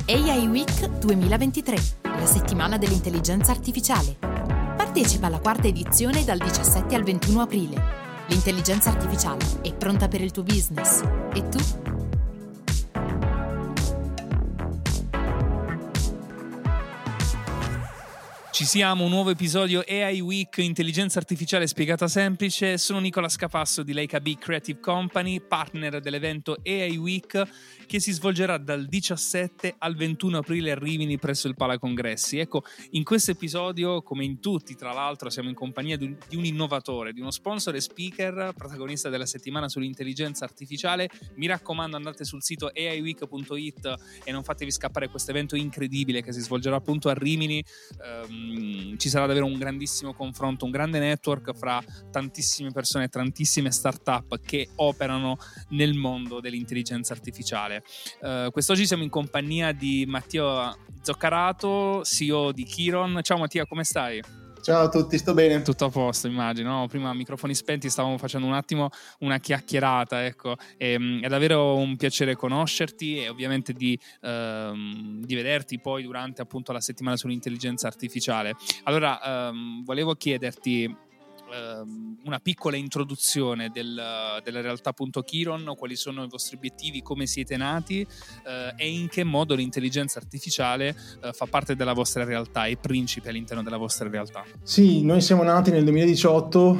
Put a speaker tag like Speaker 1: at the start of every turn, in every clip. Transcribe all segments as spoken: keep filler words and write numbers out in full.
Speaker 1: A I Week duemilaventitré, la settimana dell'intelligenza artificiale. Partecipa alla quarta edizione dal diciassette al ventuno aprile. L'intelligenza artificiale è pronta per il tuo business. E tu?
Speaker 2: Ci siamo, un nuovo episodio A I Week, intelligenza artificiale spiegata semplice. Sono Nicola Scapasso di Leica B Creative Company, partner dell'evento A I Week, che si svolgerà dal diciassette al ventuno aprile a Rimini presso il Palacongressi. Ecco, in questo episodio, come in tutti tra l'altro, siamo in compagnia di un, di un innovatore, di uno sponsor e speaker, protagonista della settimana sull'intelligenza artificiale. Mi raccomando, andate sul sito a i week punto it e non fatevi scappare questo evento incredibile che si svolgerà appunto a Rimini. Um, ci sarà davvero un grandissimo confronto, un grande network fra tantissime persone, tantissime start-up che operano nel mondo dell'intelligenza artificiale. Uh, quest'oggi siamo in compagnia di Mattia Zoccarato, C E O di Chiron. Ciao Mattia, come stai?
Speaker 3: Ciao a tutti, sto bene.
Speaker 2: Tutto a posto, immagino. No? Prima microfoni spenti stavamo facendo un attimo una chiacchierata, ecco. E, è davvero un piacere conoscerti e ovviamente di, ehm, di vederti poi durante appunto la settimana sull'intelligenza artificiale. Allora, ehm, volevo chiederti una piccola introduzione del, della realtà appunto Chiron, quali sono i vostri obiettivi, come siete nati eh, e in che modo l'intelligenza artificiale eh, fa parte della vostra realtà, è principe all'interno della vostra realtà.
Speaker 3: Sì, noi siamo nati nel duemiladiciotto,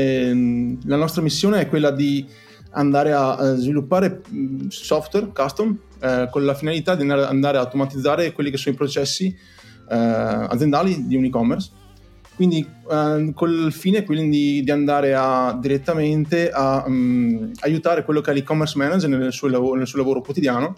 Speaker 3: eh, la nostra missione è quella di andare a sviluppare software custom eh, con la finalità di andare a automatizzare quelli che sono i processi eh, aziendali di un e-commerce. Quindi eh, col fine quindi di andare a direttamente a um, aiutare quello che è l'e-commerce manager nel suo lavoro, nel suo lavoro quotidiano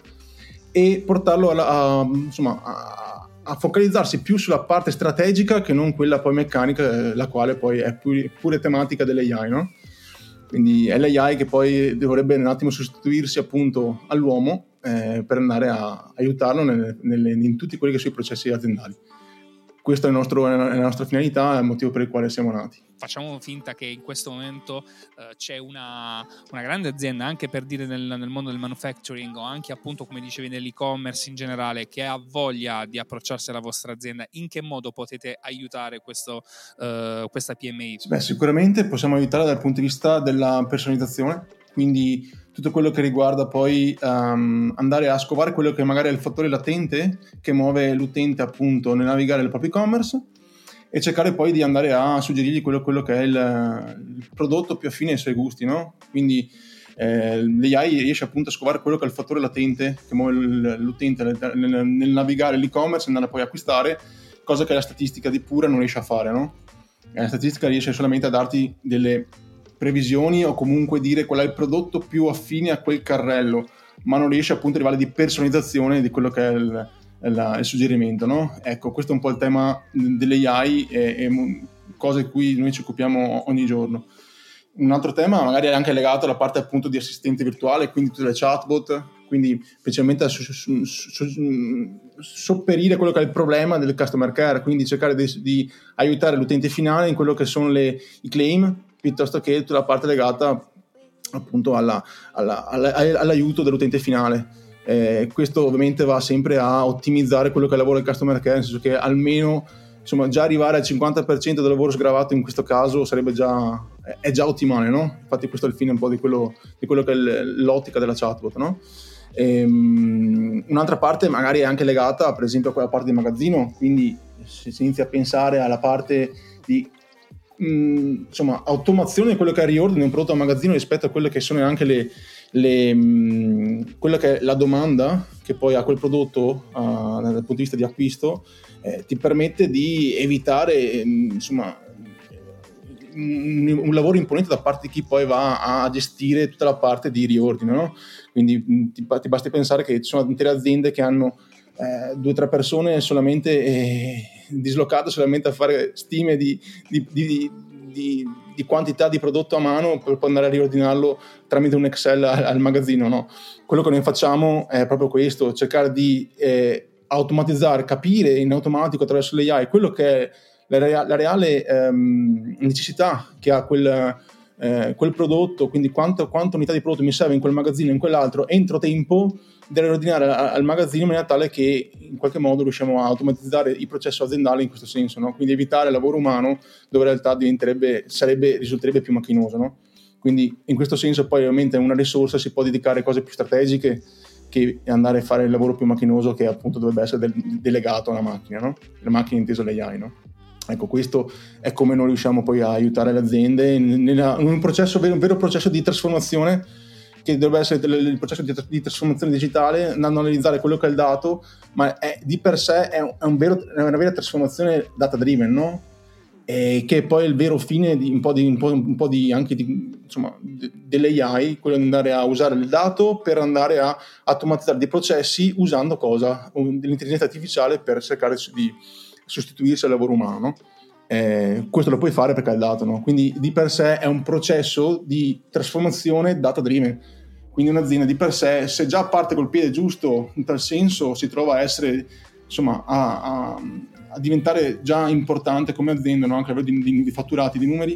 Speaker 3: e portarlo a, a, insomma, a, a focalizzarsi più sulla parte strategica che non quella poi meccanica, la quale poi è pure, pure tematica dell'A I, no? Quindi è l'A I che poi dovrebbe un attimo sostituirsi appunto all'uomo eh, per andare a aiutarlo nelle, nelle, in tutti quelli che sono i processi aziendali. Questa è, il nostro, è la nostra finalità, è il motivo per il quale siamo nati.
Speaker 2: Facciamo finta che in questo momento uh, c'è una, una grande azienda, anche per dire nel, nel mondo del manufacturing o anche appunto come dicevi nell'e-commerce in generale, che ha voglia di approcciarsi alla vostra azienda. In che modo potete aiutare questo, uh, questa P M I?
Speaker 3: Beh, sicuramente possiamo aiutare dal punto di vista della personalizzazione, quindi tutto quello che riguarda poi um, andare a scovare quello che magari è il fattore latente che muove l'utente appunto nel navigare il proprio e-commerce e cercare poi di andare a suggerirgli quello, quello che è il, il prodotto più affine ai suoi gusti, no? Quindi eh, l'A I riesce appunto a scovare quello che è il fattore latente che muove l'utente nel, nel, nel navigare l'e-commerce e andare poi a acquistare, cosa che la statistica di pura non riesce a fare, no? E la statistica riesce solamente a darti delle previsioni o comunque dire qual è il prodotto più affine a quel carrello, ma non riesce appunto a livello di personalizzazione di quello che è il, il, il suggerimento, no? Ecco, questo è un po' il tema dell'A I e, e cose di cui noi ci occupiamo ogni giorno. Un altro tema magari è anche legato alla parte appunto di assistente virtuale, quindi tutte le chatbot, quindi specialmente a su, su, su, sopperire quello che è il problema del customer care, quindi cercare di, di aiutare l'utente finale in quello che sono le, i claim, piuttosto che tutta la parte legata appunto alla, alla, alla, all'aiuto dell'utente finale. Eh, questo ovviamente va sempre a ottimizzare quello che è il lavoro del customer care, nel senso che almeno insomma già arrivare al cinquanta per cento del lavoro sgravato in questo caso sarebbe già, è già ottimale, no? Infatti questo è il fine un po' di quello, di quello che è l'ottica della chatbot, no? E, um, un'altra parte magari è anche legata per esempio a quella parte di magazzino, quindi se si inizia a pensare alla parte di mh, insomma automazione di quello che è il riordine di un prodotto a magazzino rispetto a quelle che sono anche le, le mh, quella che è la domanda che poi ha quel prodotto uh, dal punto di vista di acquisto, eh, ti permette di evitare mh, insomma un, un lavoro imponente da parte di chi poi va a gestire tutta la parte di riordine, no? Quindi mh, ti, ti basti pensare che ci sono intere aziende che hanno eh, due o tre persone solamente eh, dislocate solamente a fare stime di, di, di, di, di quantità di prodotto a mano per poi andare a riordinarlo tramite un Excel al, al magazzino, no? Quello che noi facciamo è proprio questo, cercare di eh, automatizzare, capire in automatico attraverso l'A I quello che è la, rea- la reale ehm, necessità che ha quel, eh, quel prodotto, quindi quanto, quanto unità di prodotto mi serve in quel magazzino, in quell'altro, entro tempo, da riordinare al magazzino in maniera tale che in qualche modo riusciamo a automatizzare il processo aziendale in questo senso, no? Quindi evitare il lavoro umano dove in realtà diventerebbe, sarebbe, risulterebbe più macchinoso, no? Quindi in questo senso poi ovviamente una risorsa si può dedicare a cose più strategiche che andare a fare il lavoro più macchinoso che appunto dovrebbe essere del, delegato a una macchina, no? Le macchine inteso l'A I, no? Ecco, questo è come noi riusciamo poi a aiutare le aziende in, in un processo, un vero processo di trasformazione, che dovrebbe essere il processo di, di trasformazione digitale, andando a analizzare quello che è il dato, ma è, di per sé è, un, è, un vero, è una vera trasformazione data driven, no? E che poi è il vero fine di un po' di, un po', un po' di anche di, insomma, de, dell'A I, quello di andare a usare il dato per andare a automatizzare dei processi usando cosa? L'intelligenza artificiale per cercare di sostituirsi al lavoro umano. Eh, questo lo puoi fare perché hai il dato, no? Quindi di per sé è un processo di trasformazione data driven. Quindi un'azienda di per sé, se già parte col piede giusto in tal senso, si trova a essere, insomma, a, a, a diventare già importante come azienda, no? Anche a livello di, di, di fatturati, di numeri,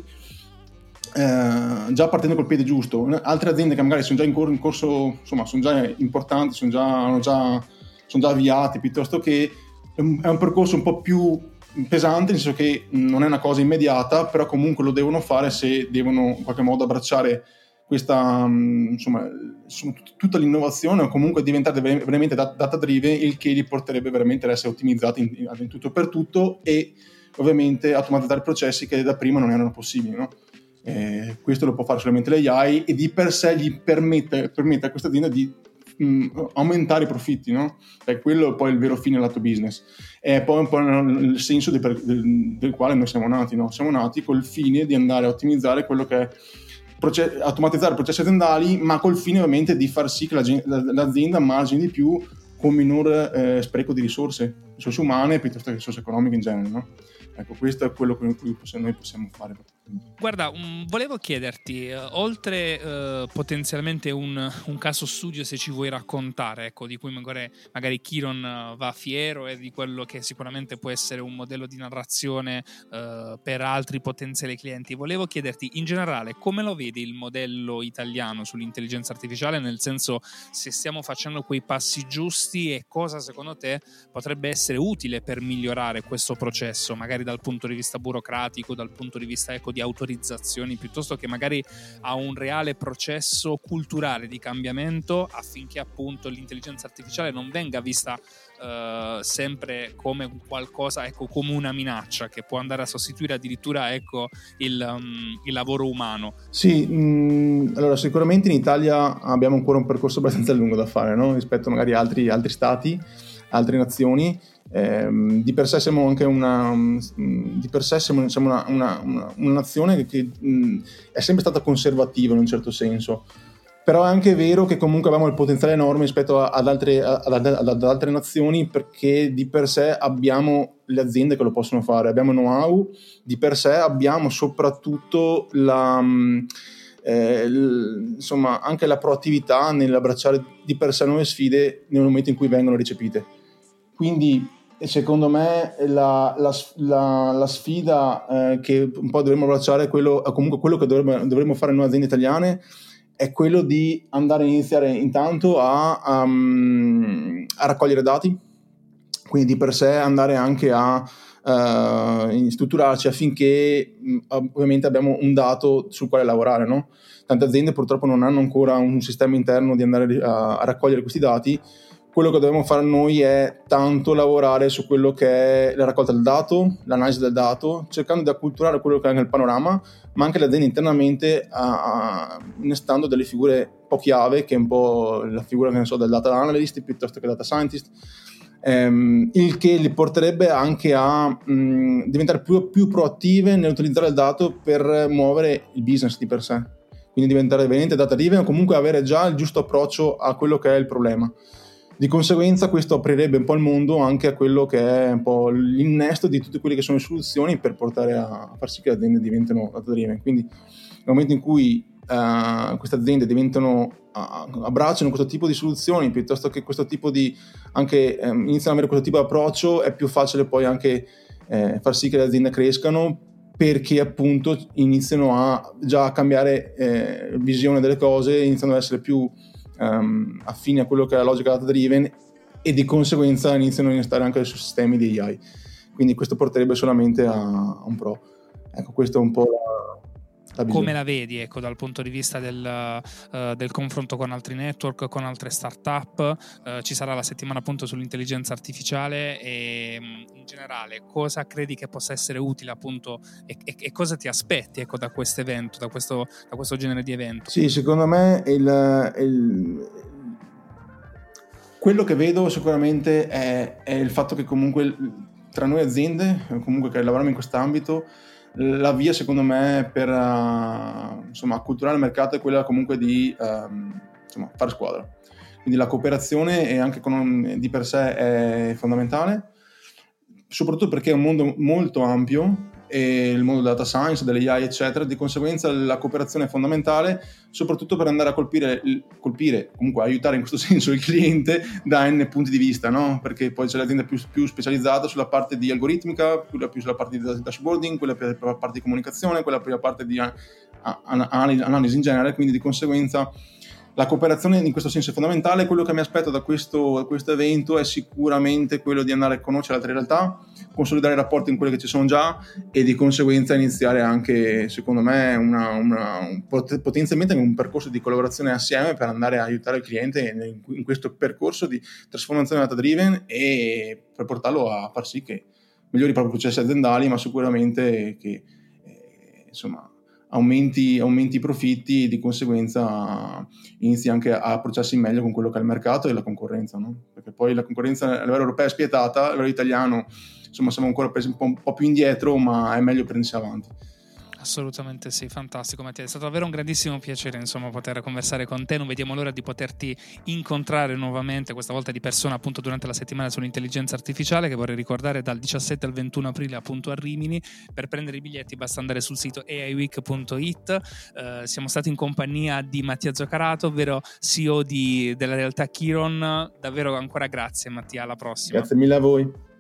Speaker 3: eh, già partendo col piede giusto. Altre aziende che magari sono già in, cor- in corso, insomma, sono già importanti, sono già, hanno già, sono già avviati, piuttosto che è un, è un percorso un po' più pesante, nel senso che non è una cosa immediata, però comunque lo devono fare se devono in qualche modo abbracciare questa, insomma, tutta l'innovazione o comunque diventare veramente data driven, il che li porterebbe veramente ad essere ottimizzati in, in tutto per tutto e ovviamente automatizzare processi che da prima non erano possibili, no? Eh, questo lo può fare solamente l'A I e di per sé gli permette, permette a questa azienda di mh, aumentare i profitti, no? E quello è poi il vero fine del lato business. È poi un po' il senso di per, del, del quale noi siamo nati, no? Siamo nati col fine di andare a ottimizzare quello che è proce- automatizzare i processi aziendali, ma col fine ovviamente di far sì che la, l'azienda margini di più con minor eh, spreco di risorse, risorse umane piuttosto che risorse economiche in genere, no? Ecco, questo è quello che noi possiamo fare.
Speaker 2: Guarda, um, volevo chiederti, uh, oltre uh, potenzialmente un, un caso studio, se ci vuoi raccontare, ecco, di cui magari, magari Chiron uh, va fiero e di quello che sicuramente può essere un modello di narrazione uh, per altri potenziali clienti, volevo chiederti in generale come lo vedi il modello italiano sull'intelligenza artificiale, nel senso se stiamo facendo quei passi giusti e cosa secondo te potrebbe essere utile per migliorare questo processo, magari dal punto di vista burocratico, dal punto di vista ecco di autorizzazioni, piuttosto che magari a un reale processo culturale di cambiamento, affinché appunto l'intelligenza artificiale non venga vista uh, sempre come qualcosa, ecco, come una minaccia che può andare a sostituire addirittura ecco il, um, il lavoro umano.
Speaker 3: Sì, mh, allora sicuramente in Italia abbiamo ancora un percorso abbastanza lungo da fare, no? Rispetto magari a altri, altri stati, altre nazioni. Eh, di per sé siamo anche una di per sé siamo, siamo una, una, una, una nazione che, che mh, è sempre stata conservativa in un certo senso, però è anche vero che comunque abbiamo il potenziale enorme rispetto a, ad, altre, ad, ad, ad altre nazioni, perché di per sé abbiamo le aziende che lo possono fare, abbiamo know-how, di per sé abbiamo soprattutto la mh, eh, l, insomma anche la proattività nell'abbracciare di per sé nuove sfide nel momento in cui vengono recepite. Quindi secondo me la, la, la, la sfida eh, che un po' dovremmo abbracciare, quello, comunque quello che dovremmo, dovremmo fare noi aziende italiane, è quello di andare a iniziare intanto a, a, a raccogliere dati, quindi di per sé andare anche a uh, strutturarci affinché ovviamente abbiamo un dato sul quale lavorare, no? Tante aziende purtroppo non hanno ancora un sistema interno di andare a, a raccogliere questi dati. Quello che dobbiamo fare noi è tanto lavorare su quello che è la raccolta del dato, l'analisi del dato, cercando di acculturare quello che è nel panorama, ma anche le aziende internamente a, a, innestando delle figure un po' chiave, che è un po' la figura, che ne so, del data analyst piuttosto che data scientist, ehm, il che li porterebbe anche a mh, diventare più, più proattive nell'utilizzare il dato per muovere il business di per sé. Quindi diventare veramente data driven o comunque avere già il giusto approccio a quello che è il problema. Di conseguenza questo aprirebbe un po' il mondo anche a quello che è un po' l'innesto di tutte quelle che sono le soluzioni per portare a far sì che le aziende diventino data driven. Quindi nel momento in cui uh, queste aziende diventano uh, abbracciano questo tipo di soluzioni piuttosto che questo tipo di anche um, iniziano ad avere questo tipo di approccio, è più facile poi anche eh, far sì che le aziende crescano, perché appunto iniziano a già a cambiare eh, visione delle cose, iniziano ad essere più um, affini a quello che è la logica data driven, e di conseguenza iniziano a innestare anche su sistemi di A I. Quindi questo porterebbe solamente a, a un pro. Ecco, questo è un po' la, la
Speaker 2: come la vedi, ecco, dal punto di vista del, uh, del confronto con altri network, con altre startup? Uh, ci sarà la settimana appunto sull'intelligenza artificiale, e in generale cosa credi che possa essere utile appunto, e, e, e cosa ti aspetti, ecco, da questo evento, da questo, da questo genere di evento?
Speaker 3: Sì, secondo me il, il, quello che vedo sicuramente è, è il fatto che comunque tra noi aziende, comunque che lavoriamo in quest'ambito, la via secondo me per uh, insomma acculturare il mercato è quella comunque di um, insomma, fare squadra. Quindi la cooperazione e anche con, di per sé è fondamentale, soprattutto perché è un mondo molto ampio, e il mondo della data science, delle A I eccetera, di conseguenza la cooperazione è fondamentale, soprattutto per andare a colpire, colpire comunque aiutare in questo senso il cliente da n punti di vista, no? Perché poi c'è l'azienda più, più specializzata sulla parte di algoritmica, quella più sulla parte di dashboarding, quella per la parte di comunicazione, quella per la parte di analisi in genere, quindi di conseguenza la cooperazione in questo senso è fondamentale. Quello che mi aspetto da questo, da questo evento è sicuramente quello di andare a conoscere altre realtà, consolidare i rapporti in quelle che ci sono già, e di conseguenza iniziare anche, secondo me, una, una, un, potenzialmente un percorso di collaborazione assieme per andare a aiutare il cliente in, in questo percorso di trasformazione data driven, e per portarlo a far sì che migliori i propri processi aziendali, ma sicuramente che eh, insomma Aumenti, aumenti i profitti, e di conseguenza inizi anche a approcciarsi meglio con quello che è il mercato e la concorrenza, no? Perché poi la concorrenza a livello europeo è spietata, a livello italiano insomma siamo ancora presi un po', un po' più indietro, ma è meglio prendersi avanti.
Speaker 2: Assolutamente sì, fantastico Mattia, è stato davvero un grandissimo piacere insomma poter conversare con te, non vediamo l'ora di poterti incontrare nuovamente, questa volta di persona appunto durante la settimana sull'intelligenza artificiale, che vorrei ricordare dal diciassette al ventuno aprile appunto a Rimini. Per prendere i biglietti basta andare sul sito a i week punto it. Uh, siamo stati in compagnia di Mattia Zoccarato, ovvero C E O di, della realtà Chiron. Davvero ancora grazie Mattia, alla prossima.
Speaker 3: Grazie mille a voi.